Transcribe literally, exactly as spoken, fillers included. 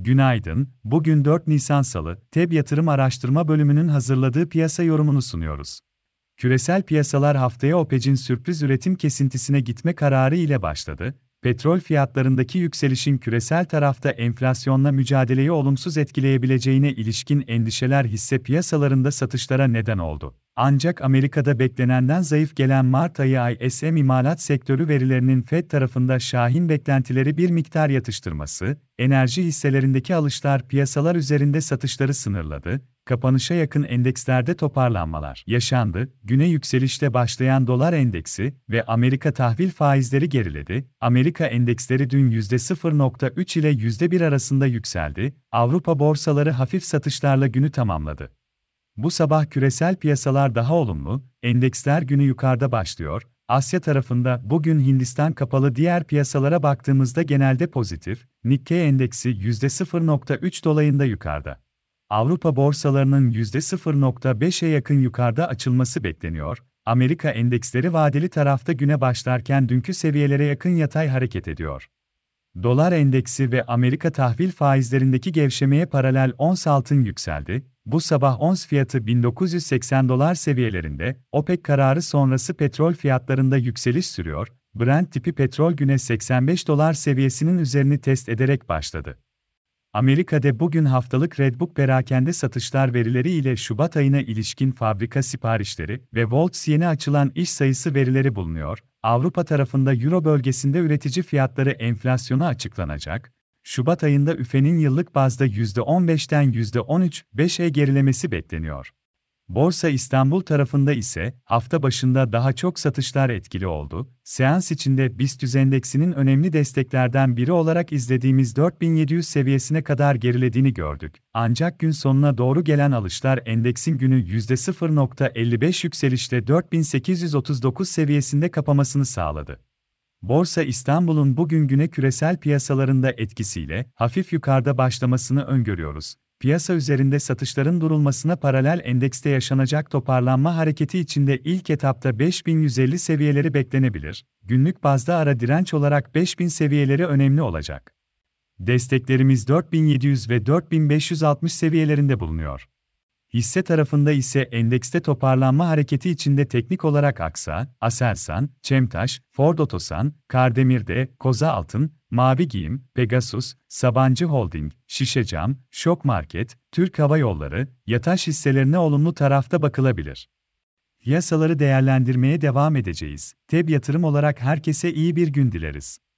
Günaydın, bugün dört Nisan Salı, T E B Yatırım Araştırma Bölümünün hazırladığı piyasa yorumunu sunuyoruz. Küresel piyasalar haftaya OPEC'in sürpriz üretim kesintisine gitme kararı ile başladı. Petrol fiyatlarındaki yükselişin küresel tarafta enflasyonla mücadeleyi olumsuz etkileyebileceğine ilişkin endişeler hisse piyasalarında satışlara neden oldu. Ancak Amerika'da beklenenden zayıf gelen Mart ayı I S M imalat sektörü verilerinin Fed tarafında şahin beklentileri bir miktar yatıştırması, enerji hisselerindeki alışlar piyasalar üzerinde satışları sınırladı. Kapanışa yakın endekslerde toparlanmalar yaşandı. Güne yükselişte başlayan dolar endeksi ve Amerika tahvil faizleri geriledi. Amerika endeksleri dün yüzde sıfır nokta üç ile yüzde bir arasında yükseldi. Avrupa borsaları hafif satışlarla günü tamamladı. Bu sabah küresel piyasalar daha olumlu, endeksler günü yukarıda başlıyor. Asya tarafında bugün Hindistan kapalı, diğer piyasalara baktığımızda genelde pozitif. Nikkei endeksi yüzde sıfır nokta üç dolayında yukarıda. Avrupa borsalarının yüzde sıfır nokta beşe yakın yukarıda açılması bekleniyor. Amerika endeksleri vadeli tarafta güne başlarken dünkü seviyelere yakın yatay hareket ediyor. Dolar endeksi ve Amerika tahvil faizlerindeki gevşemeye paralel ons altın yükseldi. Bu sabah ons fiyatı bin dokuz yüz seksen dolar seviyelerinde. OPEC kararı sonrası petrol fiyatlarında yükseliş sürüyor. Brent tipi petrol güne seksen beş dolar seviyesinin üzerini test ederek başladı. Amerika'da bugün haftalık Redbook perakende satışlar verileri ile Şubat ayına ilişkin fabrika siparişleri ve Volts yeni açılan iş sayısı verileri bulunuyor. Avrupa tarafında Euro bölgesinde üretici fiyatları enflasyonu açıklanacak. Şubat ayında üfenin yıllık bazda yüzde on beşten yüzde on üç virgül beşe gerilemesi bekleniyor. Borsa İstanbul tarafında ise hafta başında daha çok satışlar etkili oldu. Seans içinde BIST endeksinin önemli desteklerden biri olarak izlediğimiz dört bin yedi yüz seviyesine kadar gerilediğini gördük. Ancak gün sonuna doğru gelen alışlar endeksin günü yüzde sıfır nokta elli beş yükselişte dört bin sekiz yüz otuz dokuz seviyesinde kapamasını sağladı. Borsa İstanbul'un bugün güne küresel piyasalarında etkisiyle hafif yukarıda başlamasını öngörüyoruz. Piyasa üzerinde satışların durulmasına paralel endekste yaşanacak toparlanma hareketi içinde ilk etapta beş bin yüz elli seviyeleri beklenebilir. Günlük bazda ara direnç olarak beş bin seviyeleri önemli olacak. Desteklerimiz dört bin yedi yüz ve dört bin beş yüz altmış seviyelerinde bulunuyor. Hisse tarafında ise endekste toparlanma hareketi içinde teknik olarak Aksa, Aselsan, Çemtaş, Ford Otosan, Kardemir'de, Koza Altın, Mavi Giyim, Pegasus, Sabancı Holding, Şişecam, Şok Market, Türk Hava Yolları, Yataş hisselerine olumlu tarafta bakılabilir. Piyasaları değerlendirmeye devam edeceğiz. T E B Yatırım olarak herkese iyi bir gün dileriz.